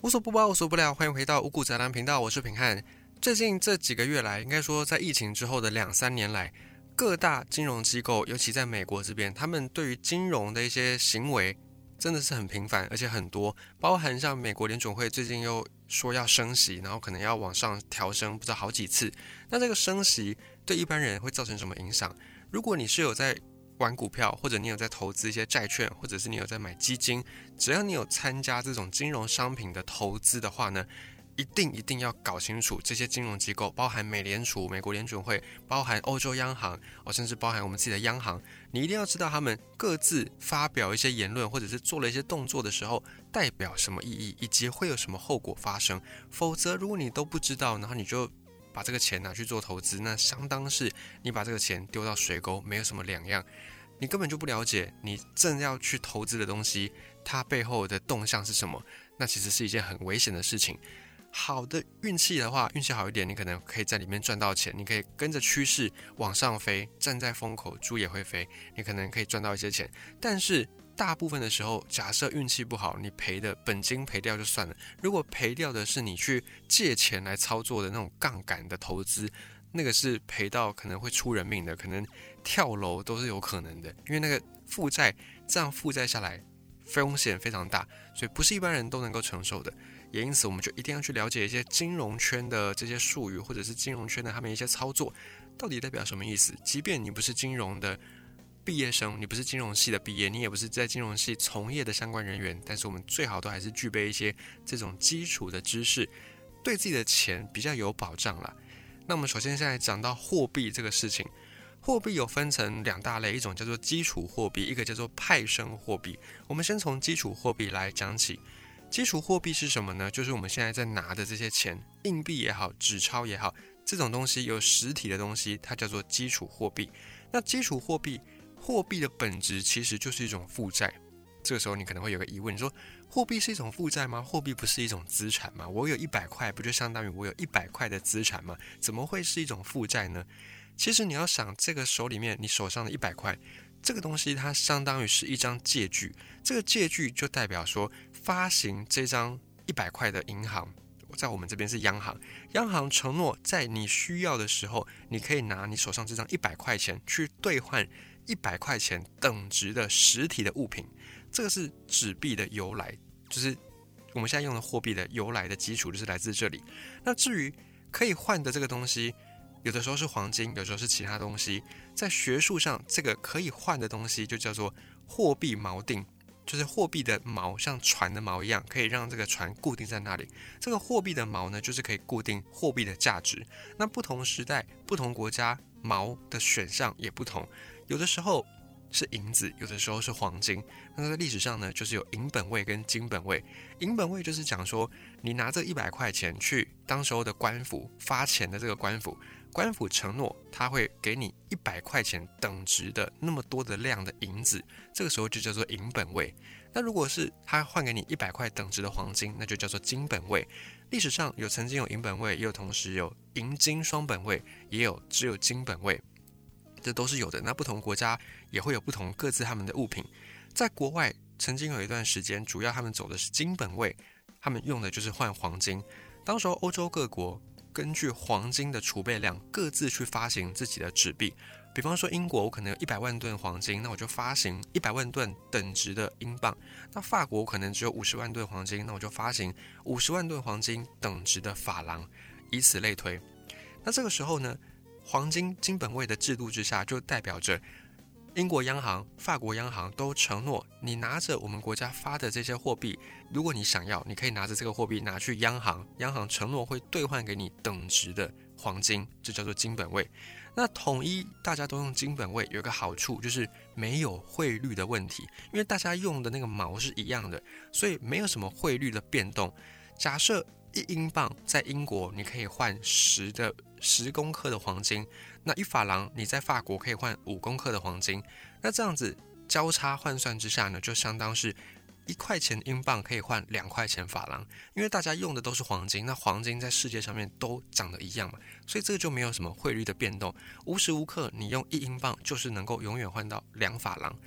无所不包，无所不聊，欢迎回到五谷杂粮频道，我是平汉。最近这几个月来，应该说在疫情之后的2-3年来，各大金融机构，尤其在美国这边，他们对于金融的一些行为真的是很频繁，而且很多，包含像美国联准会最近又说要升息，然后可能要往上调升，不知道好几次。那这个升息对一般人会造成什么影响？如果你是有在玩股票，或者你有在投资一些债券，或者是你有在买基金，只要你有参加这种金融商品的投资的话呢，一定要搞清楚这些金融机构，包含美联储、美国联准会，包含欧洲央行，甚至包含我们自己的央行，你一定要知道他们各自发表一些言论，或者是做了一些动作的时候，代表什么意义，以及会有什么后果发生。否则，如果你都不知道，然后你就把这个钱拿去做投资，那相当是你把这个钱丢到水沟，没有什么两样。你根本就不了解你正要去投资的东西，它背后的动向是什么，那其实是一件很危险的事情。好的运气的话，运气好一点，你可能可以在里面赚到钱，你可以跟着趋势往上飞，站在风口，猪也会飞，你可能可以赚到一些钱。但是大部分的时候，假设运气不好，你赔的本金赔掉就算了，如果赔掉的是你去借钱来操作的那种杠杆的投资，那个是赔到可能会出人命的，可能跳楼都是有可能的，因为那个负债这样负债下来风险非常大，所以不是一般人都能够承受的。也因此我们就一定要去了解一些金融圈的这些术语，或者是金融圈的他们一些操作到底代表什么意思。即便你不是金融的毕业生，你不是金融系的毕业，你也不是在金融系从业的相关人员，但是我们最好都还是具备一些这种基础的知识，对自己的钱比较有保障啦。那我们首先现在讲到货币这个事情，货币有分成2大类，一种叫做基础货币，一个叫做派生货币。我们先从基础货币来讲起。基础货币是什么呢？就是我们现在在拿的这些钱，硬币也好，纸钞也好，这种东西有实体的东西，它叫做基础货币。那基础货币，货币的本质其实就是一种负债。这个时候你可能会有个疑问，你说货币是一种负债吗？货币不是一种资产吗？我有100块，不就相当于我有100块的资产吗？怎么会是一种负债呢？其实你要想，这个手里面你手上的100块，这个东西它相当于是一张借据，这个借据就代表说发行这张100块的银行，在我们这边是央行，央行承诺在你需要的时候，你可以拿你手上这张100块钱去兑换100块钱等值的实体的物品。这个是纸币的由来，就是我们现在用的货币的由来的基础就是来自这里。那至于可以换的这个东西，有的时候是黄金，有时候是其他东西。在学术上，这个可以换的东西就叫做货币锚定，就是货币的锚像船的锚一样，可以让这个船固定在那里。这个货币的锚呢，就是可以固定货币的价值。那不同时代、不同国家锚的选项也不同，有的时候是银子，有的时候是黄金。那在历史上呢，就是有银本位跟金本位。银本位就是讲说，你拿这100块钱去当时候的官府发钱的这个官府，官府承诺他会给你100块钱等值的那么多的量的银子，这个时候就叫做银本位。那如果是他换给你100块等值的黄金，那就叫做金本位。历史上曾经有银本位，也有同时有银金双本位，也有只有金本位，这都是有的。那不同国家也会有不同各自他们的物品。在国外曾经有一段时间，主要他们走的是金本位，他们用的就是换黄金。当时候欧洲各国根据黄金的储备量，各自去发行自己的纸币。比方说英国，我可能有100万吨黄金，那我就发行100万吨等值的英镑。那法国可能只有50万吨黄金，那我就发行50万吨黄金等值的法郎，以此类推。那这个时候呢，黄金金本位的制度之下，就代表着英国央行、法国央行都承诺，你拿着我们国家发的这些货币，如果你想要，你可以拿着这个货币拿去央行，央行承诺会兑换给你等值的黄金，这叫做金本位。那统一大家都用金本位有一个好处，就是没有汇率的问题，因为大家用的那个锚是一样的，所以没有什么汇率的变动。假设1英镑在英国你可以换10公克的黄金，那1法郎你在法国可以换5公克的黄金，那这样子交叉换算之下呢，就相当是1块钱英镑可以换2块钱法郎，因为大家用的都是黄金，那黄金在世界上面都长得一样嘛，所以这个就没有什么汇率的变动，无时无刻你用1英镑就是能够永远换到2法郎。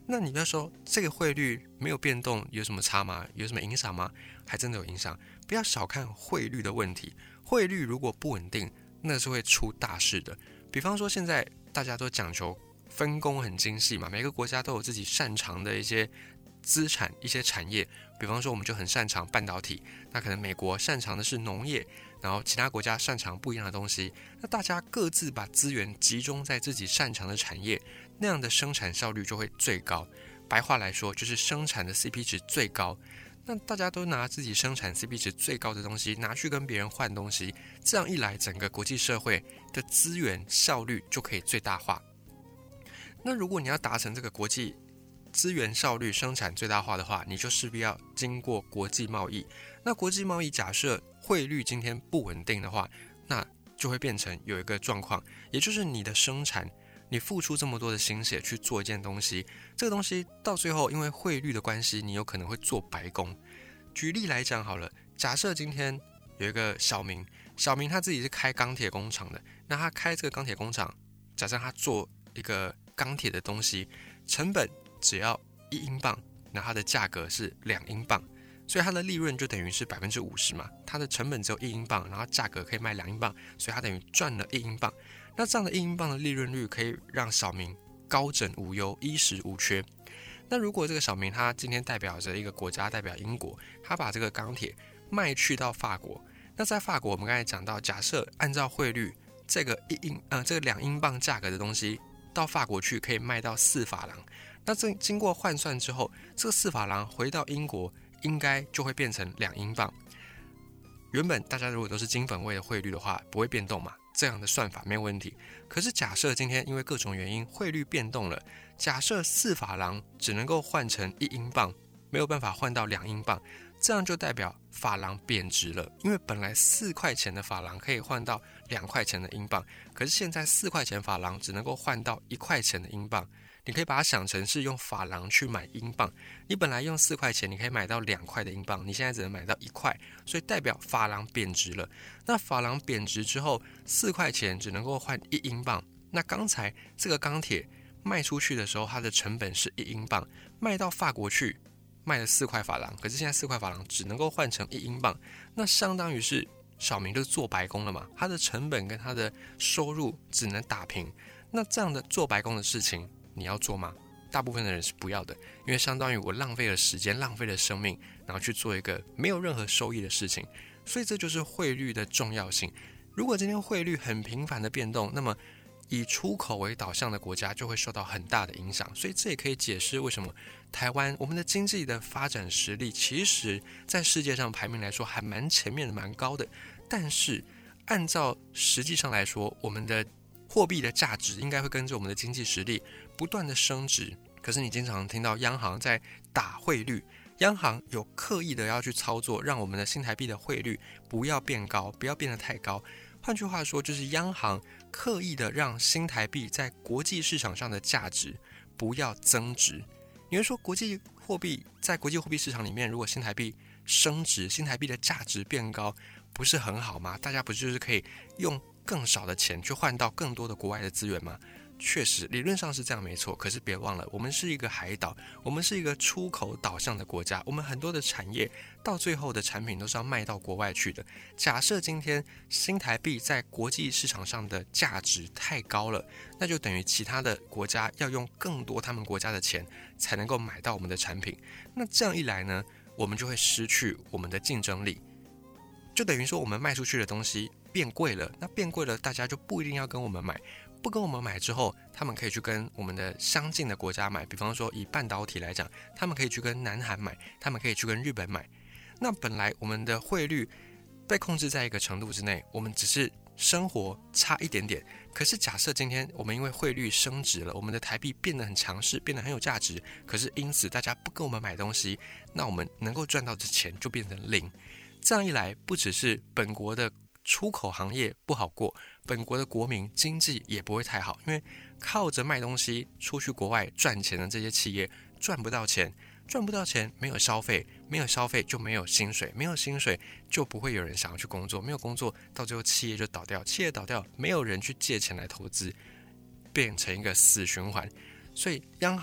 那你要说这个汇率没有变动有什么差吗？有什么影响吗？还真的有影响。不要小看汇率的问题，汇率如果不稳定，那是会出大事的。比方说现在大家都讲求分工很精细嘛，每个国家都有自己擅长的一些资产、一些产业。比方说我们就很擅长半导体，那可能美国擅长的是农业，然后其他国家擅长不一样的东西。那大家各自把资源集中在自己擅长的产业，那样的生产效率就会最高。白话来说，就是生产的 CP 值最高。那大家都拿自己生产 CP 值最高的东西拿去跟别人换东西，这样一来，整个国际社会的资源效率就可以最大化。那如果你要达成这个国际资源效率生产最大化的话，你就势必要经过国际贸易。那国际贸易假设汇率今天不稳定的话，那就会变成有一个状况，也就是你的生产，你付出这么多的心血去做一件东西，这个东西到最后因为汇率的关系，你有可能会做白工。举例来讲好了，假设今天有一个小明他自己是开钢铁工厂的，那他开这个钢铁工厂，假设他做一个钢铁的东西，成本只要1英镑，那它的价格是2英镑，所以它的利润就等于是50%嘛。它的成本只有1英镑，然后价格可以卖2英镑，所以它等于赚了1英镑。那这样的1英镑的利润率可以让小明高枕无忧，衣食无缺。那如果这个小明他今天代表着一个国家，代表英国，他把这个钢铁卖去到法国，那在法国我们刚才讲到，假设按照汇率，这个2英镑价格的东西到法国去可以卖到4法郎。那这经过换算之后，这个4法郎回到英国应该就会变成2英镑。原本大家如果都是金本位的汇率的话，不会变动嘛，这样的算法没有问题。可是假设今天因为各种原因汇率变动了，假设4法郎只能够换成1英镑，没有办法换到2英镑，这样就代表法郎贬值了。因为本来4块钱的法郎可以换到2块钱的英镑，可是现在4块钱法郎只能够换到1块钱的英镑。你可以把它想成是用法郎去买英镑，你本来用4块钱你可以买到2块的英镑，你现在只能买到1块，所以代表法郎贬值了。那法郎贬值之后，4块钱只能够换1英镑。那刚才这个钢铁卖出去的时候，它的成本是1英镑，卖到法国去卖了4块法郎，可是现在4块法郎只能够换成1英镑，那相当于是小明就做白工了嘛，他的成本跟他的收入只能打平。那这样的做白工的事情你要做吗？大部分的人是不要的，因为相当于我浪费了时间，浪费了生命，然后去做一个没有任何收益的事情。所以这就是汇率的重要性。如果今天汇率很频繁的变动，那么以出口为导向的国家就会受到很大的影响。所以这也可以解释为什么台湾我们的经济的发展实力其实在世界上排名来说还蛮前面的，蛮高的。但是按照实际上来说，我们的货币的价值应该会跟着我们的经济实力不断的升值。可是你经常听到央行在打汇率，央行有刻意的要去操作，让我们的新台币的汇率不要变高，不要变得太高。换句话说，就是央行刻意的让新台币在国际市场上的价值不要增值。你会说在国际货币市场里面，如果新台币升值，新台币的价值变高，不是很好吗？大家不就是可以用更少的钱去换到更多的国外的资源吗？确实理论上是这样没错，可是别忘了，我们是一个海岛，我们是一个出口导向的国家，我们很多的产业到最后的产品都是要卖到国外去的。假设今天新台币在国际市场上的价值太高了，那就等于其他的国家要用更多他们国家的钱才能够买到我们的产品。那这样一来呢，我们就会失去我们的竞争力，就等于说我们卖出去的东西变贵了，那变贵了，大家就不一定要跟我们买，不跟我们买之后，他们可以去跟我们的相近的国家买。比方说以半导体来讲，他们可以去跟南韩买，他们可以去跟日本买。那本来我们的汇率被控制在一个程度之内，我们只是生活差一点点。可是假设今天我们因为汇率升值了，我们的台币变得很强势，变得很有价值，可是因此大家不跟我们买东西，那我们能够赚到的钱就变成0。这样一来，不只是本国的出口行业不好过，本国的国民经济也不会太好，因为靠着卖东西出去国外赚钱的这些企业赚不到钱，没有消费，没有消费就没有薪水，没有薪水就不会有人想要去工作，没有工作到最后企业就倒掉，企业倒掉没有人去借钱来投资，变成一个死循环。所以央行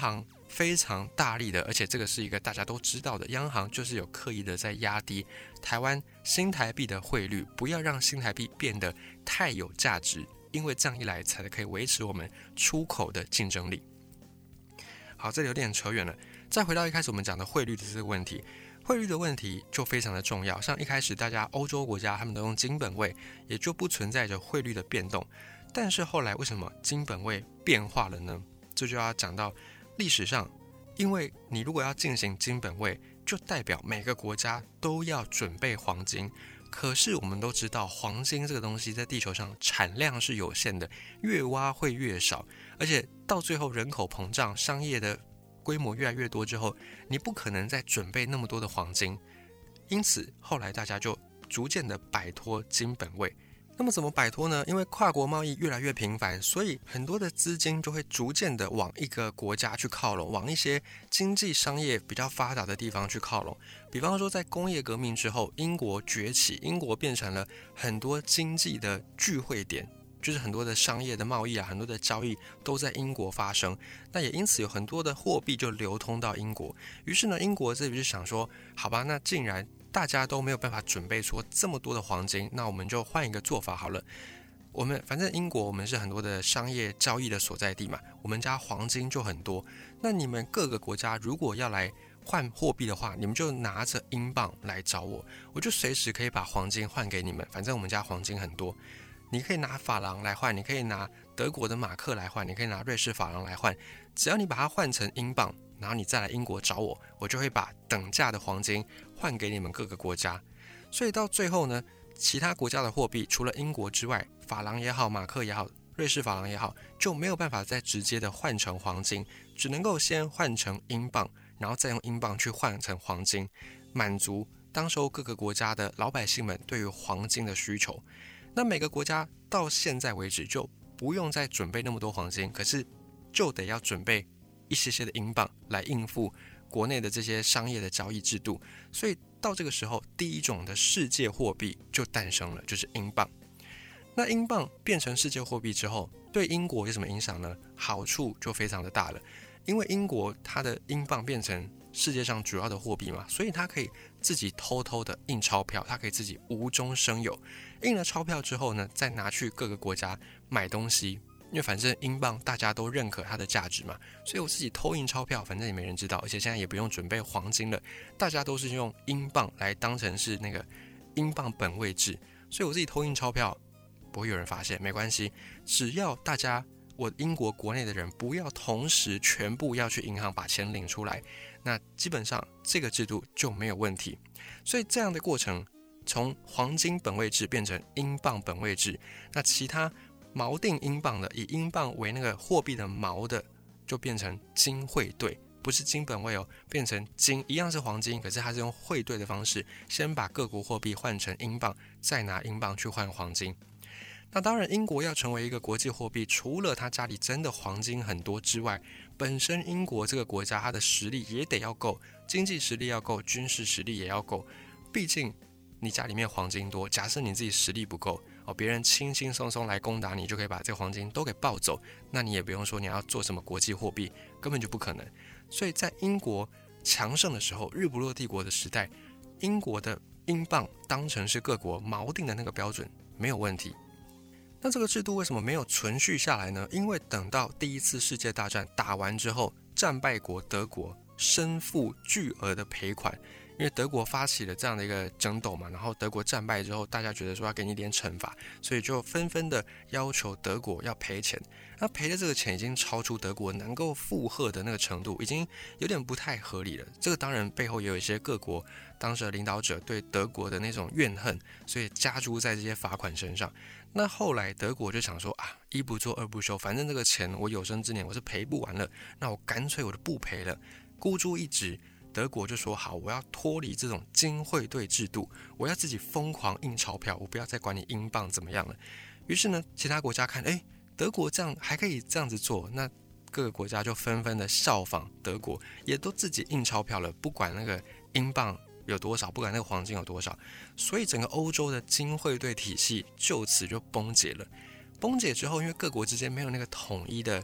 非常大力的，而且这个是一个大家都知道的，央行就是有刻意的在压低台湾新台币的汇率，不要让新台币变得太有价值，因为这样一来才可以维持我们出口的竞争力。好，这里有点扯远了，再回到一开始我们讲的汇率的这个问题，汇率的问题就非常的重要。像一开始大家欧洲国家他们都用金本位，也就不存在着汇率的变动。但是后来为什么金本位变化了呢？这就要讲到历史上，因为你如果要进行金本位，就代表每个国家都要准备黄金。可是我们都知道，黄金这个东西在地球上产量是有限的，越挖会越少，而且到最后人口膨胀，商业的规模越来越多之后，你不可能再准备那么多的黄金。因此后来大家就逐渐的摆脱金本位。那么怎么摆脱呢？因为跨国贸易越来越频繁，所以很多的资金就会逐渐的往一个国家去靠拢，往一些经济商业比较发达的地方去靠拢。比方说在工业革命之后，英国崛起，英国变成了很多经济的聚会点，就是很多的商业的贸易啊，很多的交易都在英国发生。那也因此有很多的货币就流通到英国。于是呢，英国这里就想说，好吧，那既然大家都没有办法准备出这么多的黄金，那我们就换一个做法好了。我们反正英国我们是很多的商业交易的所在地嘛，我们家黄金就很多。那你们各个国家如果要来换货币的话，你们就拿着英镑来找我，我就随时可以把黄金换给你们。反正我们家黄金很多，你可以拿法郎来换，你可以拿德国的马克来换，你可以拿瑞士法郎来换，只要你把它换成英镑，然后你再来英国找我，我就会把等价的黄金换给你们各个国家。所以到最后呢，其他国家的货币除了英国之外，法郎也好，马克也好，瑞士法郎也好，就没有办法再直接的换成黄金，只能够先换成英镑，然后再用英镑去换成黄金，满足当时候各个国家的老百姓们对于黄金的需求。那每个国家到现在为止就不用再准备那么多黄金，可是就得要准备一些些的英镑来应付国内的这些商业的交易制度。所以到这个时候，第一种的世界货币就诞生了，就是英镑。那英镑变成世界货币之后，对英国有什么影响呢？好处就非常的大了，因为英国它的英镑变成世界上主要的货币嘛，所以它可以自己偷偷的印钞票，它可以自己无中生有。印了钞票之后呢，再拿去各个国家买东西，因为反正英镑大家都认可它的价值嘛，所以我自己偷印钞票，反正也没人知道，而且现在也不用准备黄金了，大家都是用英镑来当成是那个英镑本位制，所以我自己偷印钞票不会有人发现，没关系，只要大家我英国国内的人不要同时全部要去银行把钱领出来，那基本上这个制度就没有问题。所以这样的过程从黄金本位制变成英镑本位制，那其他锚定英镑的，以英镑为那个货币的锚的，就变成金汇兑，不是金本位哦，变成金，一样是黄金，可是它是用汇兑的方式，先把各国货币换成英镑，再拿英镑去换黄金。那当然，英国要成为一个国际货币，除了他家里真的黄金很多之外，本身英国这个国家它的实力也得要够，经济实力要够，军事实力也要够。毕竟你家里面黄金多，假设你自己实力不够，别人轻轻松松来攻打你，就可以把这个黄金都给抱走，那你也不用说你要做什么国际货币，根本就不可能。所以在英国强盛的时候，日不落帝国的时代，英国的英镑当成是各国锚定的那个标准，没有问题。那这个制度为什么没有存续下来呢？因为等到第一次世界大战打完之后，战败国德国身负巨额的赔款，因为德国发起了这样的一个争斗嘛，然后德国战败之后，大家觉得说要给你一点惩罚，所以就纷纷的要求德国要赔钱。那赔的这个钱已经超出德国能够负荷的那个程度，已经有点不太合理了。这个当然背后也有一些各国当时的领导者对德国的那种怨恨，所以加诸在这些罚款身上。那后来德国就想说一不做二不休，反正这个钱我有生之年我是赔不完了，那我干脆我就不赔了。孤注一掷，德国就说好，我要脱离这种金汇兑制度，我要自己疯狂印钞票，我不要再管你英镑怎么样了。于是呢，其他国家看，德国这样还可以这样子做，那各个国家就纷纷的效仿德国，也都自己印钞票了，不管那个英镑有多少，不管那个黄金有多少，所以整个欧洲的金汇兑体系就此就崩解了。崩解之后，因为各国之间没有那个统一的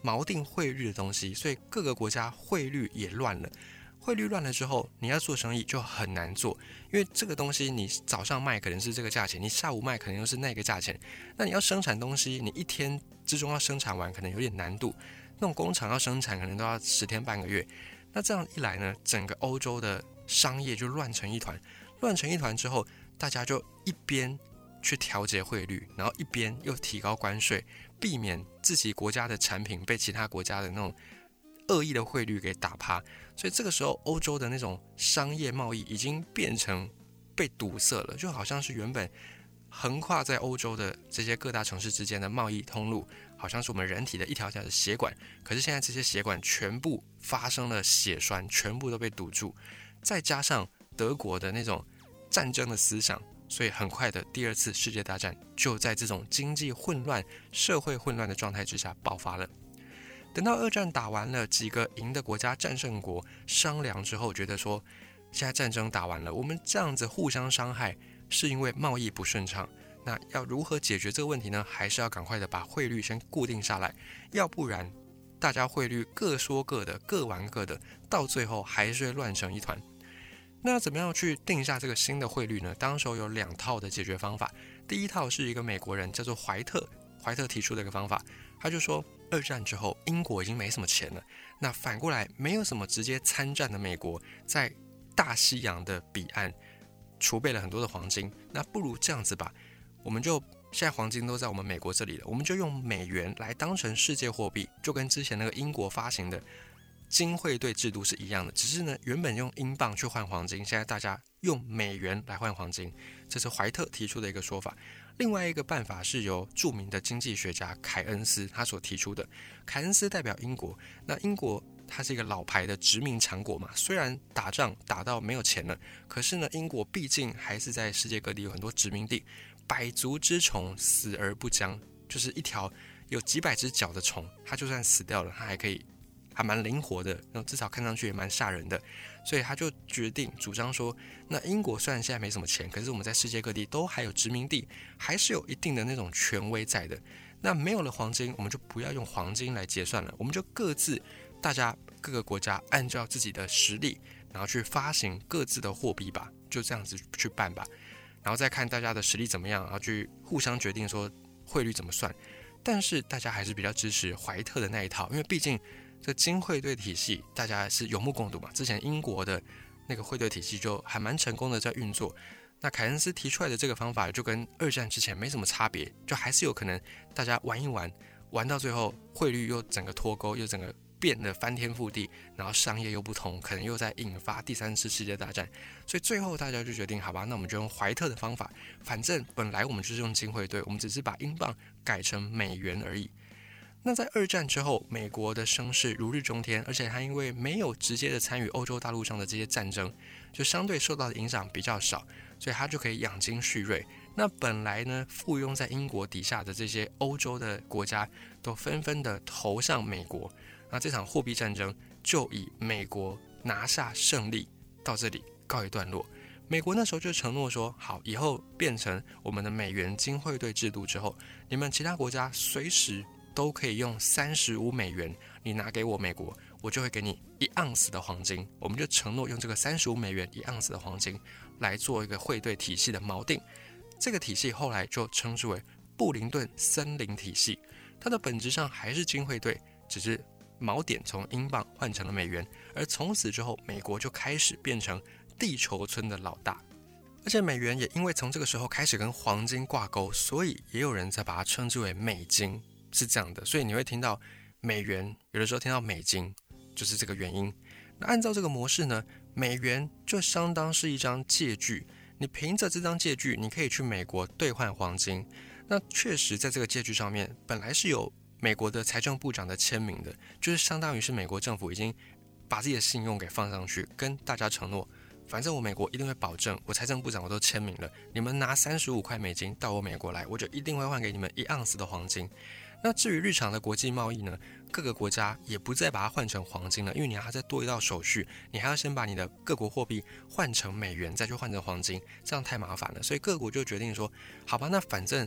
锚定汇率的东西，所以各个国家汇率也乱了。汇率乱了之后，你要做生意就很难做，因为这个东西你早上卖可能是这个价钱，你下午卖可能又是那个价钱。那你要生产东西，你一天之中要生产完，可能有点难度。那种工厂要生产，可能都要10天半个月。那这样一来呢，整个欧洲的商业就乱成一团。乱成一团之后，大家就一边去调节汇率，然后一边又提高关税，避免自己国家的产品被其他国家的那种恶意的汇率给打趴。所以这个时候，欧洲的那种商业贸易已经变成被堵塞了，就好像是原本横跨在欧洲的这些各大城市之间的贸易通路，好像是我们人体的一条条的血管，可是现在这些血管全部发生了血栓，全部都被堵住，再加上德国的那种战争的思想，所以很快的第2次世界大战就在这种经济混乱、社会混乱的状态之下爆发了。等到2战打完了，几个赢的国家战胜国商量之后，觉得说现在战争打完了，我们这样子互相伤害是因为贸易不顺畅，那要如何解决这个问题呢？还是要赶快的把汇率先固定下来，要不然大家汇率各说各的，各玩各的，到最后还是会乱成一团。那要怎么样去定下这个新的汇率呢？当时有2套的解决方法。第一套是一个美国人叫做怀特提出的一个方法，他就说2战之后英国已经没什么钱了，那反过来没有什么直接参战的美国在大西洋的彼岸储备了很多的黄金，那不如这样子吧，我们就现在黄金都在我们美国这里了，我们就用美元来当成世界货币，就跟之前那个英国发行的金汇兑制度是一样的，只是呢原本用英镑去换黄金，现在大家用美元来换黄金，这是怀特提出的一个说法。另外一个办法是由著名的经济学家凯恩斯他所提出的。凯恩斯代表英国，那英国它是一个老牌的殖民强国嘛，虽然打仗打到没有钱了，可是呢英国毕竟还是在世界各地有很多殖民地，百足之虫死而不僵，就是一条有几百只脚的虫，它就算死掉了，它还蛮灵活的，至少看上去也蛮吓人的。所以他就决定主张说，那英国虽然现在没什么钱，可是我们在世界各地都还有殖民地，还是有一定的那种权威在的。那没有了黄金，我们就不要用黄金来结算了，我们就大家各个国家按照自己的实力，然后去发行各自的货币吧，就这样子去办吧，然后再看大家的实力怎么样，然后去互相决定说汇率怎么算。但是大家还是比较支持怀特的那一套，因为毕竟这金汇兑体系大家是有目共睹嘛，之前英国的那个汇兑体系就还蛮成功的在运作。那凯恩斯提出来的这个方法就跟2战之前没什么差别，就还是有可能大家玩一玩，玩到最后汇率又整个脱钩，又整个变得翻天覆地，然后商业又不同，可能又在引发第3次世界大战。所以最后大家就决定，好吧，那我们就用怀特的方法，反正本来我们就是用金汇兑，我们只是把英镑改成美元而已。那在2战之后，美国的声势如日中天，而且他因为没有直接的参与欧洲大陆上的这些战争，就相对受到的影响比较少，所以他就可以养精蓄锐。那本来呢，附庸在英国底下的这些欧洲的国家，都纷纷的投向美国。那这场货币战争就以美国拿下胜利到这里告一段落。美国那时候就承诺说，好，以后变成我们的美元金汇兑制度之后，你们其他国家随时都可以用35美元，你拿给我美国，我就会给你1盎司的黄金。我们就承诺用这个35美元1盎司的黄金来做一个汇兑体系的锚定。这个体系后来就称之为布林顿森林体系，它的本质上还是金汇兑，只是锚点从英镑换成了美元，而从此之后，美国就开始变成地球村的老大。而且美元也因为从这个时候开始跟黄金挂钩，所以也有人在把它称之为美金，是这样的。所以你会听到美元，有的时候听到美金，就是这个原因。那按照这个模式呢，美元就相当是一张借据，你凭着这张借据，你可以去美国兑换黄金。那确实在这个借据上面，本来是有美国的财政部长的签名的，就是相当于是美国政府已经把自己的信用给放上去，跟大家承诺，反正我美国一定会保证，我财政部长我都签名了，你们拿35块美金到我美国来，我就一定会换给你们1盎司的黄金。那至于日常的国际贸易呢，各个国家也不再把它换成黄金了，因为你还要再多一道手续，你还要先把你的各国货币换成美元，再去换成黄金，这样太麻烦了。所以各国就决定说，好吧，那反正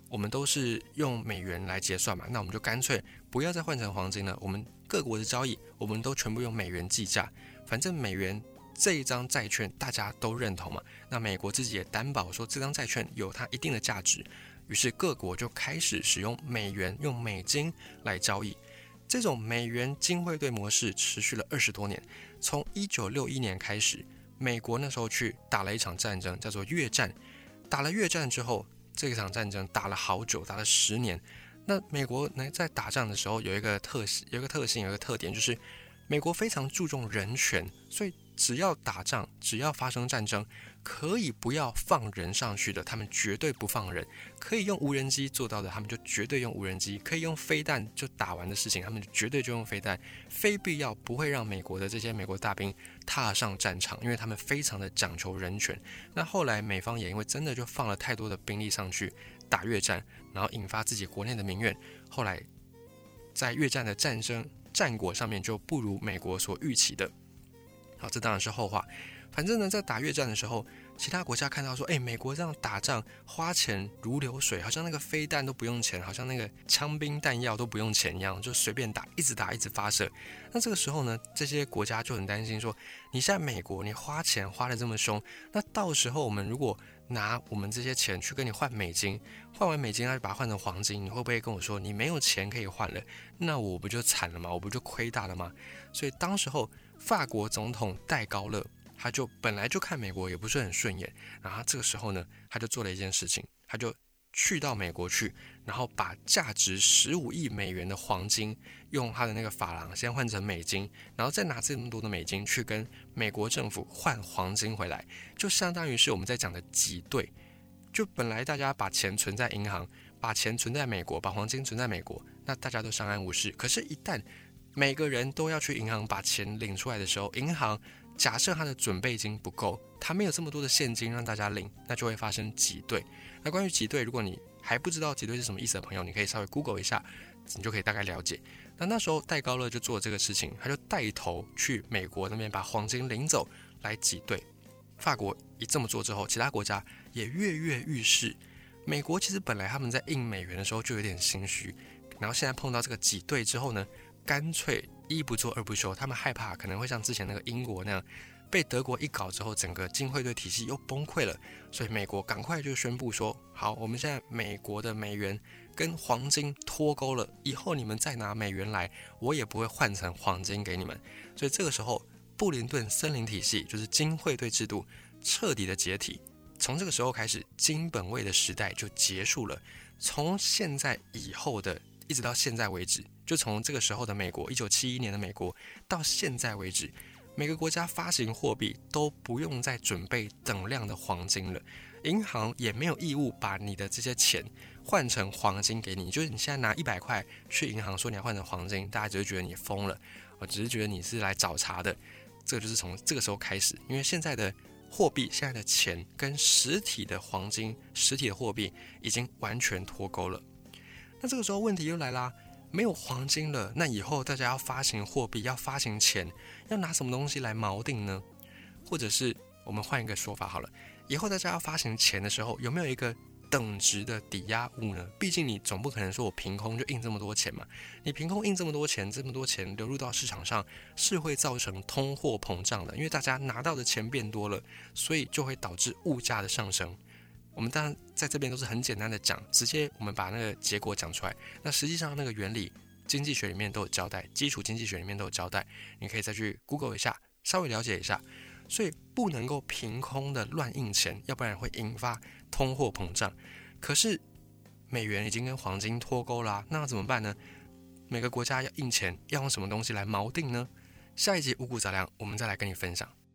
我们都是用美元来结算嘛，那我们就干脆不要再换成黄金了，我们各国的交易我们都全部用美元计价，反正美元这一张债券大家都认同嘛，那美国自己也担保说这张债券有它一定的价值，于是各国就开始使用美元，用美金来交易。这种美元金汇兑模式持续了20多年，从1961年开始，美国那时候去打了一场战争，叫做越战。打了越战之后，这场战争打了好久，打了10年。那美国呢，在打仗的时候有一个特点，就是美国非常注重人权，所以只要打仗，只要发生战争，可以不要放人上去的，他们绝对不放人；可以用无人机做到的，他们就绝对用无人机；可以用飞弹就打完的事情，他们就绝对就用飞弹。非必要不会让美国的这些美国大兵踏上战场，因为他们非常的讲求人权。那后来美方也因为真的就放了太多的兵力上去打越战，然后引发自己国内的民怨，后来在越战的战果上面就不如美国所预期的。好，这当然是后话。反正呢，在打越战的时候，其他国家看到说，美国这样打仗花钱如流水，好像那个飞弹都不用钱，好像那个枪兵弹药都不用钱一样，就随便打，一直打，一直发射。那这个时候呢，这些国家就很担心说，你现在美国你花钱花得这么凶，那到时候我们如果拿我们这些钱去跟你换美金，换完美金再把它换成黄金，你会不会跟我说你没有钱可以换了？那我不就惨了吗？我不就亏大了吗？所以当时候法国总统戴高乐，他就本来就看美国也不是很顺眼，然后这个时候呢，他就做了一件事情，他就去到美国去，然后把价值15亿美元的黄金，用他的那个法郎先换成美金，然后再拿这么多的美金去跟美国政府换黄金回来，就相当于是我们在讲的挤兑。就本来大家把钱存在银行，把钱存在美国，把黄金存在美国，那大家都相安无事。可是，一旦每个人都要去银行把钱领出来的时候，银行假设他的准备金不够，他没有这么多的现金让大家领，那就会发生挤兑。那关于挤兑，如果你还不知道挤兑是什么意思的朋友，你可以稍微 Google 一下，你就可以大概了解。那时候戴高乐就做这个事情，他就带头去美国那边把黄金领走来挤兑。法国一这么做之后，其他国家也跃跃欲试。美国其实本来他们在印美元的时候就有点心虚，然后现在碰到这个挤兑之后呢，干脆一不做二不休，他们害怕可能会像之前那个英国那样，被德国一搞之后，整个金汇兑体系又崩溃了，所以美国赶快就宣布说，好，我们现在美国的美元跟黄金脱钩了，以后你们再拿美元来，我也不会换成黄金给你们。所以这个时候，布林顿森林体系就是金汇兑制度彻底的解体。从这个时候开始，金本位的时代就结束了。从现在以后的一直到现在为止，就从这个时候的美国，1971年的美国到现在为止，每个国家发行货币都不用再准备等量的黄金了，银行也没有义务把你的这些钱换成黄金给你。就是你现在拿100块去银行说你要换成黄金，大家只是觉得你疯了，我只是觉得你是来找茬的。这个就是从这个时候开始，因为现在的货币、现在的钱跟实体的黄金、实体的货币已经完全脱钩了。那这个时候问题又来啦，没有黄金了，那以后大家要发行货币、要发行钱，要拿什么东西来锚定呢？或者是我们换一个说法好了，以后大家要发行钱的时候，有没有一个等值的抵押物呢？毕竟你总不可能说我凭空就印这么多钱嘛，你凭空印这么多钱流入到市场上，是会造成通货膨胀的，因为大家拿到的钱变多了，所以就会导致物价的上升。我们当然在这边都是很简单的讲，直接我们把那个结果讲出来。那实际上那个原理，经济学里面都有交代，基础经济学里面都有交代，你可以再去 Google 一下，稍微了解一下。所以不能够凭空的乱印钱，要不然会引发通货膨胀。可是美元已经跟黄金脱钩啦，那怎么办呢？每个国家要印钱，要用什么东西来锚定呢？下一集五谷杂粮，我们再来跟你分享。